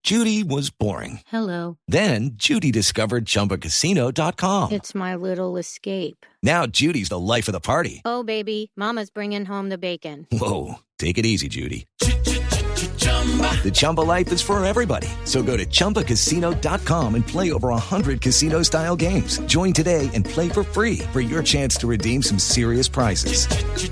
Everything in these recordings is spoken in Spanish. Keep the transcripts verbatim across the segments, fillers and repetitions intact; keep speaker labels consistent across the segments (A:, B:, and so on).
A: Judy was boring.
B: Hello.
A: Then Judy discovered Chumba Casino dot com.
B: It's my little escape.
A: Now Judy's the life of the party.
B: Oh, baby, mama's bringing home the bacon.
A: Whoa, take it easy, Judy. The Chumba life is for everybody. So go to Chumba Casino dot com and play over one hundred casino-style games. Join today and play for free for your chance to redeem some serious prizes.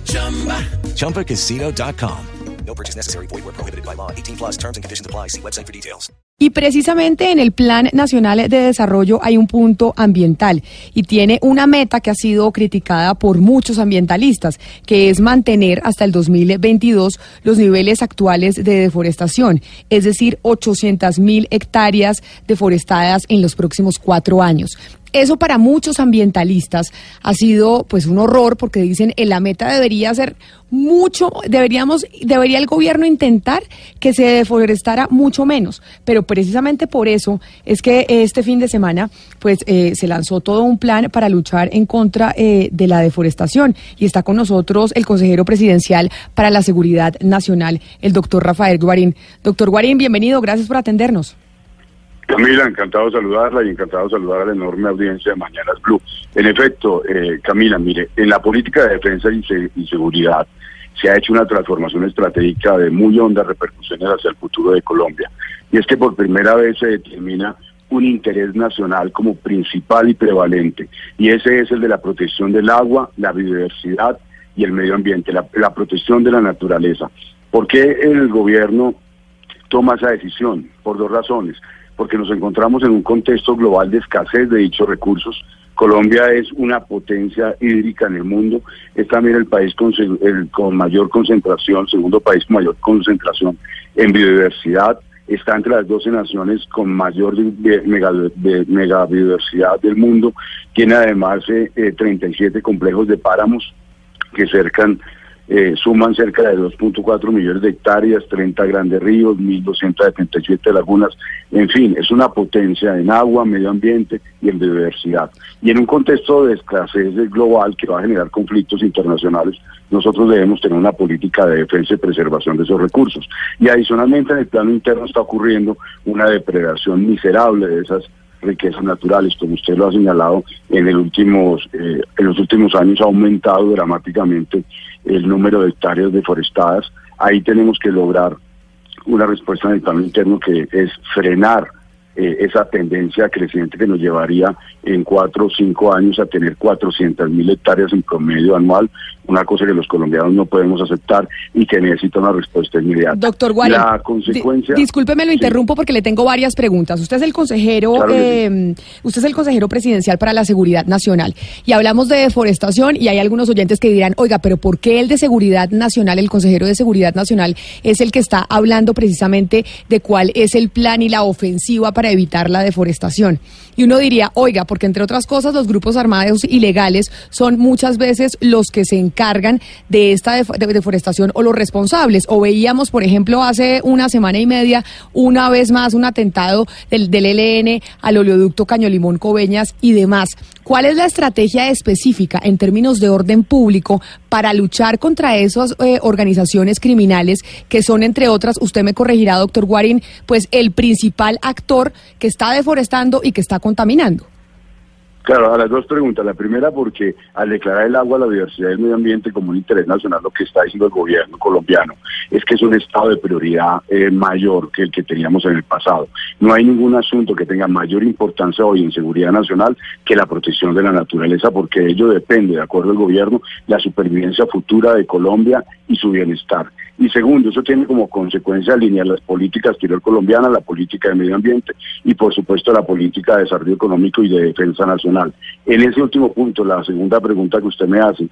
A: Chumba Casino dot com. No purchase necessary. Void where prohibited by law. eighteen plus terms and conditions apply. See website for details.
C: Y precisamente en el Plan Nacional de Desarrollo hay un punto ambiental y tiene una meta que ha sido criticada por muchos ambientalistas, que es mantener hasta el dos mil veintidós los niveles actuales de deforestación, es decir, ochocientas mil hectáreas deforestadas en los próximos cuatro años. Eso para muchos ambientalistas ha sido pues un horror, porque dicen que la meta debería ser mucho, deberíamos, debería el gobierno intentar que se deforestara mucho menos, pero precisamente por eso es que este fin de semana pues eh, se lanzó todo un plan para luchar en contra eh, de la deforestación, y está con nosotros el consejero presidencial para la Seguridad Nacional, el doctor Rafael Guarín. Doctor Guarín, bienvenido, gracias por atendernos.
D: Camila, encantado de saludarla y encantado de saludar a la enorme audiencia de Mañanas Blue. En efecto, eh, Camila, mire, en la política de defensa y, se y seguridad se ha hecho una transformación estratégica de muy hondas repercusiones hacia el futuro de Colombia. Y es que por primera vez se determina un interés nacional como principal y prevalente. Y ese es el de la protección del agua, la biodiversidad y el medio ambiente, la, la protección de la naturaleza. ¿Por qué el gobierno toma esa decisión? Por dos razones. Porque nos encontramos en un contexto global de escasez de dichos recursos. Colombia es una potencia hídrica en el mundo, es también el país con, el, con mayor concentración, segundo país con mayor concentración en biodiversidad, está entre las doce naciones con mayor de, mega, de, mega biodiversidad del mundo, tiene además eh, eh, treinta y siete complejos de páramos que cercan Eh, suman cerca de dos punto cuatro millones de hectáreas, treinta grandes ríos, mil doscientas setenta y siete lagunas, en fin, es una potencia en agua, medio ambiente y en biodiversidad. Y en un contexto de escasez global que va a generar conflictos internacionales, nosotros debemos tener una política de defensa y preservación de esos recursos. Y adicionalmente en el plano interno está ocurriendo una depredación miserable de esas riquezas naturales, como usted lo ha señalado, en el últimos eh, en los últimos años ha aumentado dramáticamente el número de hectáreas deforestadas. Ahí tenemos que lograr una respuesta en el plano interno, que es frenar eh, esa tendencia creciente que nos llevaría en cuatro o cinco años a tener cuatrocientas mil hectáreas en promedio anual, una cosa que los colombianos no podemos aceptar y que necesita una respuesta inmediata.
C: Doctor Guarín,
D: la consecuencia...
C: Di discúlpeme, lo sí. interrumpo porque le tengo varias preguntas. Usted es el consejero, claro eh, sí. usted es el consejero presidencial para la Seguridad Nacional, y hablamos de deforestación, y hay algunos oyentes que dirán, oiga, pero ¿por qué el de Seguridad Nacional, el consejero de Seguridad Nacional, es el que está hablando precisamente de cuál es el plan y la ofensiva para evitar la deforestación? Y uno diría, oiga, porque entre otras cosas los grupos armados ilegales son muchas veces los que se encargan de esta def de deforestación, o los responsables. O veíamos, por ejemplo, hace una semana y media, una vez más, un atentado del, del E L N al oleoducto Caño Limón Coveñas y demás. ¿Cuál es la estrategia específica en términos de orden público para luchar contra esas eh, organizaciones criminales que son, entre otras, usted me corregirá, doctor Guarín, pues el principal actor que está deforestando y que está contaminando?
D: Claro, a las dos preguntas. La primera, porque al declarar el agua, la biodiversidad y el medio ambiente como un interés nacional, lo que está diciendo el gobierno colombiano es que es un estado de prioridad eh, mayor que el que teníamos en el pasado. No hay ningún asunto que tenga mayor importancia hoy en seguridad nacional que la protección de la naturaleza, porque de ello depende, de acuerdo al gobierno, la supervivencia futura de Colombia y su bienestar. Y segundo, eso tiene como consecuencia alinear las políticas exterior colombianas, la política de medio ambiente y por supuesto la política de desarrollo económico y de defensa nacional. En ese último punto, la segunda pregunta que usted me hace,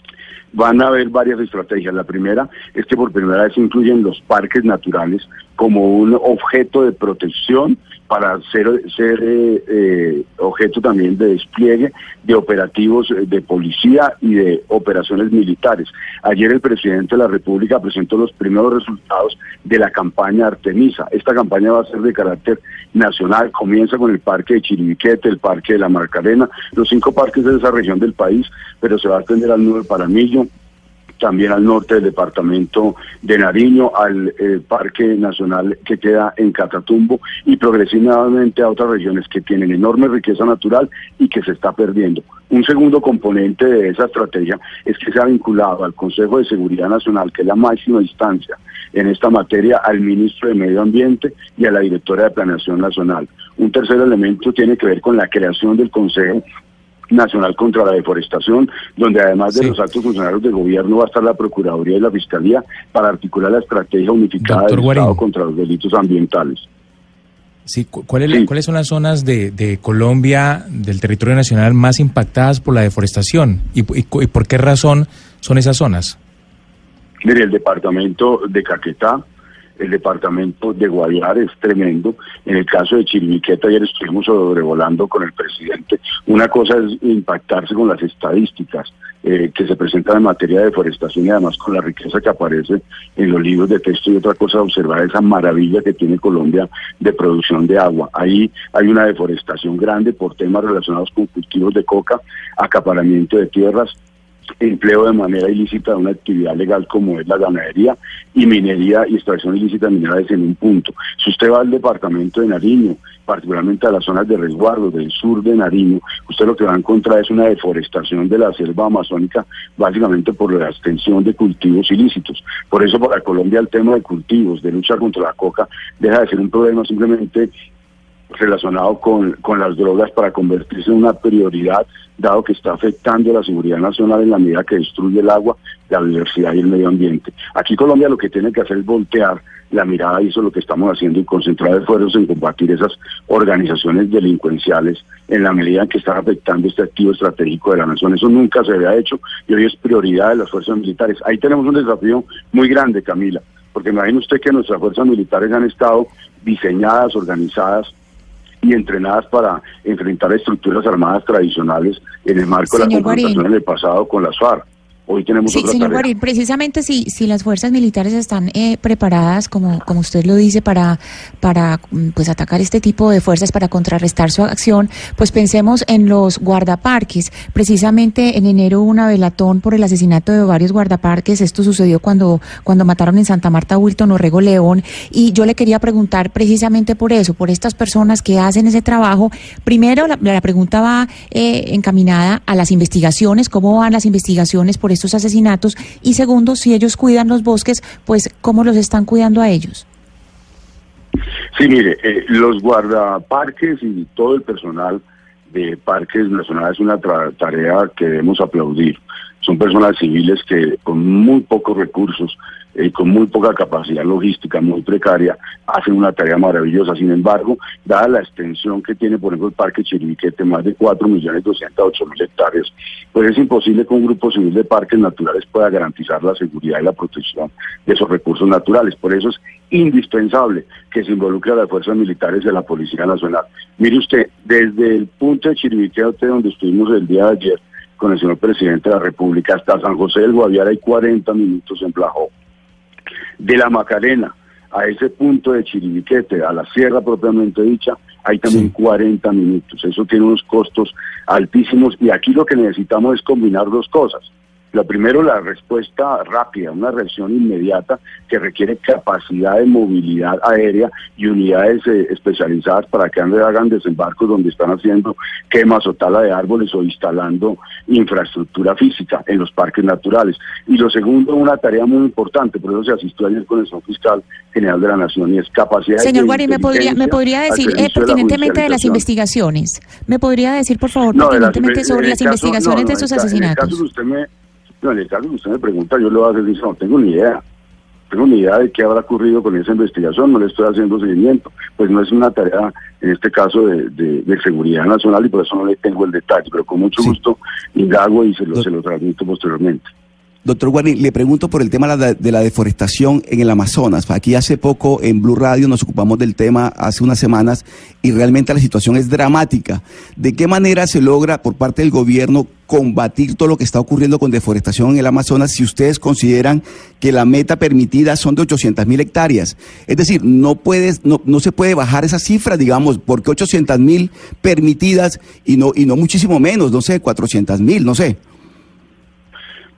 D: van a haber varias estrategias. La primera es que por primera vez se incluyen los parques naturales como un objeto de protección para ser, ser eh, eh, objeto también de despliegue de operativos de policía y de operaciones militares. Ayer el presidente de la República presentó los primeros resultados de la campaña Artemisa. Esta campaña va a ser de carácter nacional, comienza con el parque de Chiribiquete, el parque de la Marcarena, los cinco parques de esa región del país, pero se va a extender al Nuevo Paramillo, también al norte del departamento de Nariño, al eh, Parque Nacional que queda en Catatumbo y progresivamente a otras regiones que tienen enorme riqueza natural y que se está perdiendo. Un segundo componente de esa estrategia es que se ha vinculado al Consejo de Seguridad Nacional, que es la máxima instancia en esta materia, al ministro de Medio Ambiente y a la directora de Planeación Nacional. Un tercer elemento tiene que ver con la creación del Consejo Nacional contra la Deforestación, donde además de sí. los altos funcionarios del gobierno va a estar la Procuraduría y la Fiscalía para articular la estrategia unificada Doctor del Guarín. Estado contra los delitos ambientales.
E: Sí, ¿cuál es la,
D: sí.
E: ¿cuáles son las zonas de, de Colombia, del territorio nacional, más impactadas por la deforestación? ¿Y, y, y por qué razón son esas zonas?
D: Mire, el departamento de Caquetá, el departamento de Guaviare es tremendo. En el caso de Chiribiqueta, ayer estuvimos sobrevolando con el presidente. Una cosa es impactarse con las estadísticas eh, que se presentan en materia de deforestación y además con la riqueza que aparece en los libros de texto, y otra cosa es observar esa maravilla que tiene Colombia de producción de agua. Ahí hay una deforestación grande por temas relacionados con cultivos de coca, acaparamiento de tierras, empleo de manera ilícita de una actividad legal como es la ganadería y minería y extracción ilícita de minerales en un punto. Si usted va al departamento de Nariño, particularmente a las zonas de resguardo del sur de Nariño, usted lo que va a encontrar es una deforestación de la selva amazónica, básicamente por la extensión de cultivos ilícitos. Por eso para Colombia el tema de cultivos, de lucha contra la coca, deja de ser un problema simplemente relacionado con, con las drogas para convertirse en una prioridad, dado que está afectando a la seguridad nacional en la medida que destruye el agua, la biodiversidad y el medio ambiente. Aquí Colombia lo que tiene que hacer es voltear la mirada, y eso es lo que estamos haciendo, y concentrar esfuerzos en combatir esas organizaciones delincuenciales en la medida en que están afectando este activo estratégico de la nación. Eso nunca se había hecho y hoy es prioridad de las fuerzas militares. Ahí tenemos un desafío muy grande, Camila, porque imagine usted que nuestras fuerzas militares han estado diseñadas, organizadas y entrenadas para enfrentar estructuras armadas tradicionales en el marco Señor de la confrontación en el pasado con las FARC. Hoy tenemos
F: sí,
D: otra
F: señor
D: tarea.
F: Guarín, precisamente si si las fuerzas militares están eh, preparadas, como como usted lo dice, para para pues atacar este tipo de fuerzas, para contrarrestar su acción, pues pensemos en los guardaparques. Precisamente en enero hubo una velatón por el asesinato de varios guardaparques. Esto sucedió cuando cuando mataron en Santa Marta Wilton Orrego León, y yo le quería preguntar precisamente por eso, por estas personas que hacen ese trabajo. Primero, la, la pregunta va eh, encaminada a las investigaciones, cómo van las investigaciones por estos asesinatos, y segundo, si ellos cuidan los bosques, pues cómo los están cuidando a ellos.
D: Sí, mire, eh, los guardaparques y todo el personal de parques nacionales es una tarea que debemos aplaudir. Son personas civiles que con muy pocos recursos y eh, con muy poca capacidad logística, muy precaria, hacen una tarea maravillosa. Sin embargo, dada la extensión que tiene, por ejemplo, el Parque Chiribiquete, más de cuatro millones doscientas ocho mil hectáreas, pues es imposible que un grupo civil de parques naturales pueda garantizar la seguridad y la protección de esos recursos naturales. Por eso es indispensable que se involucre a las fuerzas militares de la Policía Nacional. Mire usted, desde el punto de Chiribiquete, donde estuvimos el día de ayer con el señor presidente de la República, hasta San José del Guaviare hay cuarenta minutos en Blajó. De la Macarena a ese punto de Chiribiquete, a la sierra propiamente dicha, hay también sí. cuarenta minutos. Eso tiene unos costos altísimos, y aquí lo que necesitamos es combinar dos cosas. Lo primero, la respuesta rápida, una reacción inmediata que requiere capacidad de movilidad aérea y unidades eh, especializadas para que hagan desembarcos donde están haciendo quemas o tala de árboles o instalando infraestructura física en los parques naturales. Y lo segundo, una tarea muy importante, por eso se asistió ayer con el señor fiscal general de la Nación, y es capacidad
F: Señor
D: de
F: Guarín, ¿me podría, me podría decir eh, pertinentemente de, de las investigaciones? ¿Me podría decir, por favor, no, pertinentemente las, sobre las caso, investigaciones no, no, de estos asesinatos?
D: En el caso que usted me... No, en el caso que usted me pregunta, yo le voy a decir, no tengo ni idea. No tengo ni idea de qué habrá ocurrido con esa investigación, no le estoy haciendo seguimiento. Pues no es una tarea, en este caso, de, de, de seguridad nacional, y por eso no le tengo el detalle, pero con mucho sí. gusto indago y se lo, se lo transmito posteriormente.
G: Doctor Guarín, le pregunto por el tema de la deforestación en el Amazonas. Aquí hace poco en Blue Radio nos ocupamos del tema hace unas semanas, y realmente la situación es dramática. ¿De qué manera se logra por parte del gobierno combatir todo lo que está ocurriendo con deforestación en el Amazonas, si ustedes consideran que la meta permitida son de ochocientas mil hectáreas? Es decir, no puedes, no, no se puede bajar esa cifra, digamos, porque ochocientas mil permitidas y no, y no muchísimo menos, no sé, cuatrocientas mil, no sé.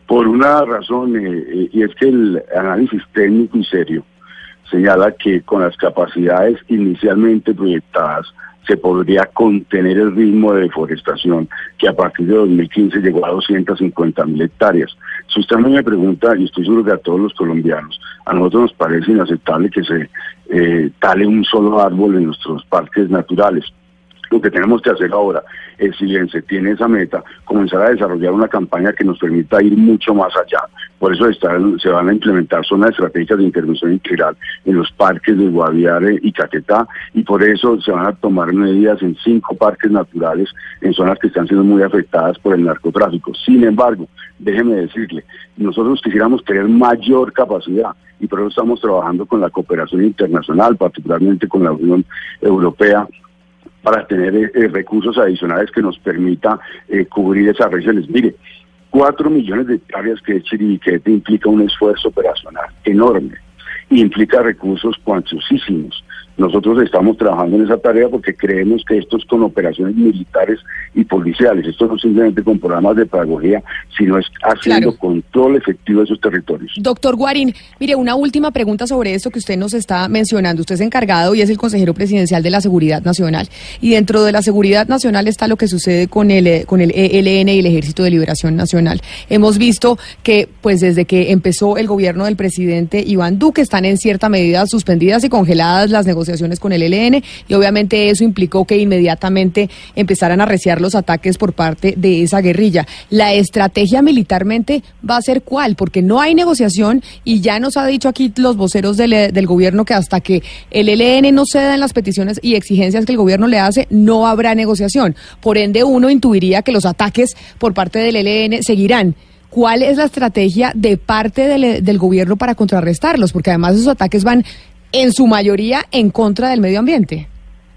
D: Por una razón, eh, y es que el análisis técnico y serio señala que con las capacidades inicialmente proyectadas se podría contener el ritmo de deforestación que a partir de dos mil quince llegó a doscientas cincuenta mil hectáreas. Si usted me pregunta, y estoy seguro que a todos los colombianos, a nosotros nos parece inaceptable que se eh, tale un solo árbol en nuestros parques naturales. Lo que tenemos que hacer ahora es, si bien se tiene esa meta, comenzar a desarrollar una campaña que nos permita ir mucho más allá. Por eso están, se van a implementar zonas estratégicas de intervención integral en los parques de Guaviare y Caquetá, y por eso se van a tomar medidas en cinco parques naturales en zonas que están siendo muy afectadas por el narcotráfico. Sin embargo, déjeme decirle, nosotros quisiéramos tener mayor capacidad, y por eso estamos trabajando con la cooperación internacional, particularmente con la Unión Europea, para tener eh, recursos adicionales que nos permita eh, cubrir esas regiones. Mire, cuatro millones de hectáreas que es Chiribiquete implica un esfuerzo operacional enorme, y implica recursos cuantiosísimos. Nosotros estamos trabajando en esa tarea porque creemos que esto es con operaciones militares y policiales. Esto no simplemente con programas de pedagogía, sino es haciendo claro. control efectivo de esos territorios.
C: Doctor Guarín, mire, una última pregunta sobre esto que usted nos está mencionando. Usted es encargado y es el consejero presidencial de la Seguridad Nacional. Y dentro de la Seguridad Nacional está lo que sucede con el, con el E L N y el Ejército de Liberación Nacional. Hemos visto que, pues desde que empezó el gobierno del presidente Iván Duque, están en cierta medida suspendidas y congeladas las negociaciones con el E L N, y obviamente eso implicó que inmediatamente empezaran a arreciar los ataques por parte de esa guerrilla. ¿La estrategia militarmente va a ser cuál? Porque no hay negociación, y ya nos ha dicho aquí los voceros del, del gobierno que hasta que el E L N no ceda en las peticiones y exigencias que el gobierno le hace, no habrá negociación. Por ende, uno intuiría que los ataques por parte del E L N seguirán. ¿Cuál es la estrategia de parte del, del gobierno para contrarrestarlos? Porque además esos ataques van en su mayoría en contra del medio ambiente.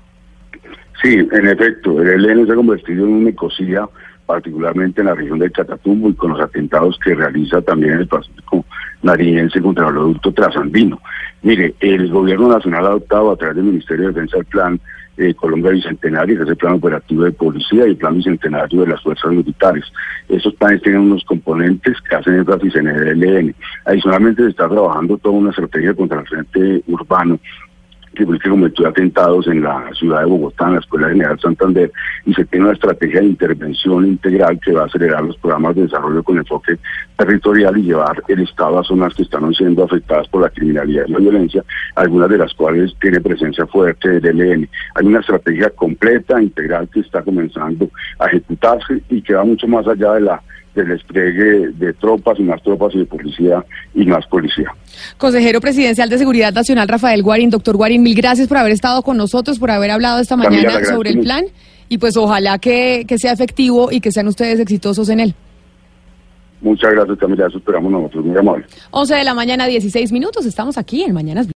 D: Sí, en efecto, el E L N se ha convertido en una ecocida, particularmente en la región del Catatumbo, y con los atentados que realiza también en el Pacífico Nariñense contra el oleoducto trasandino. Mire, el gobierno nacional ha adoptado a través del Ministerio de Defensa el plan eh, Colombia Bicentenario, que es el plan operativo de policía, y el plan bicentenario de las fuerzas militares. Esos planes tienen unos componentes que hacen énfasis en el E L N. Adicionalmente se está trabajando toda una estrategia contra el frente urbano, que fue el que cometió atentados en la ciudad de Bogotá, en la Escuela General Santander, y se tiene una estrategia de intervención integral que va a acelerar los programas de desarrollo con enfoque territorial y llevar el Estado a zonas que están siendo afectadas por la criminalidad y la violencia, algunas de las cuales tiene presencia fuerte del E L N. Hay una estrategia completa, integral, que está comenzando a ejecutarse y que va mucho más allá de la del despliegue de tropas y más tropas y de policía y más policía.
C: Consejero presidencial de Seguridad Nacional, Rafael Guarín. Doctor Guarín, mil gracias por haber estado con nosotros, por haber hablado esta mañana Camila, sobre el plan, y pues ojalá que, que sea efectivo y que sean ustedes exitosos en él.
D: Muchas gracias, Camila, eso esperamos nosotros, muy amable.
C: once de la mañana, dieciséis minutos, estamos aquí en Mañanas Blue.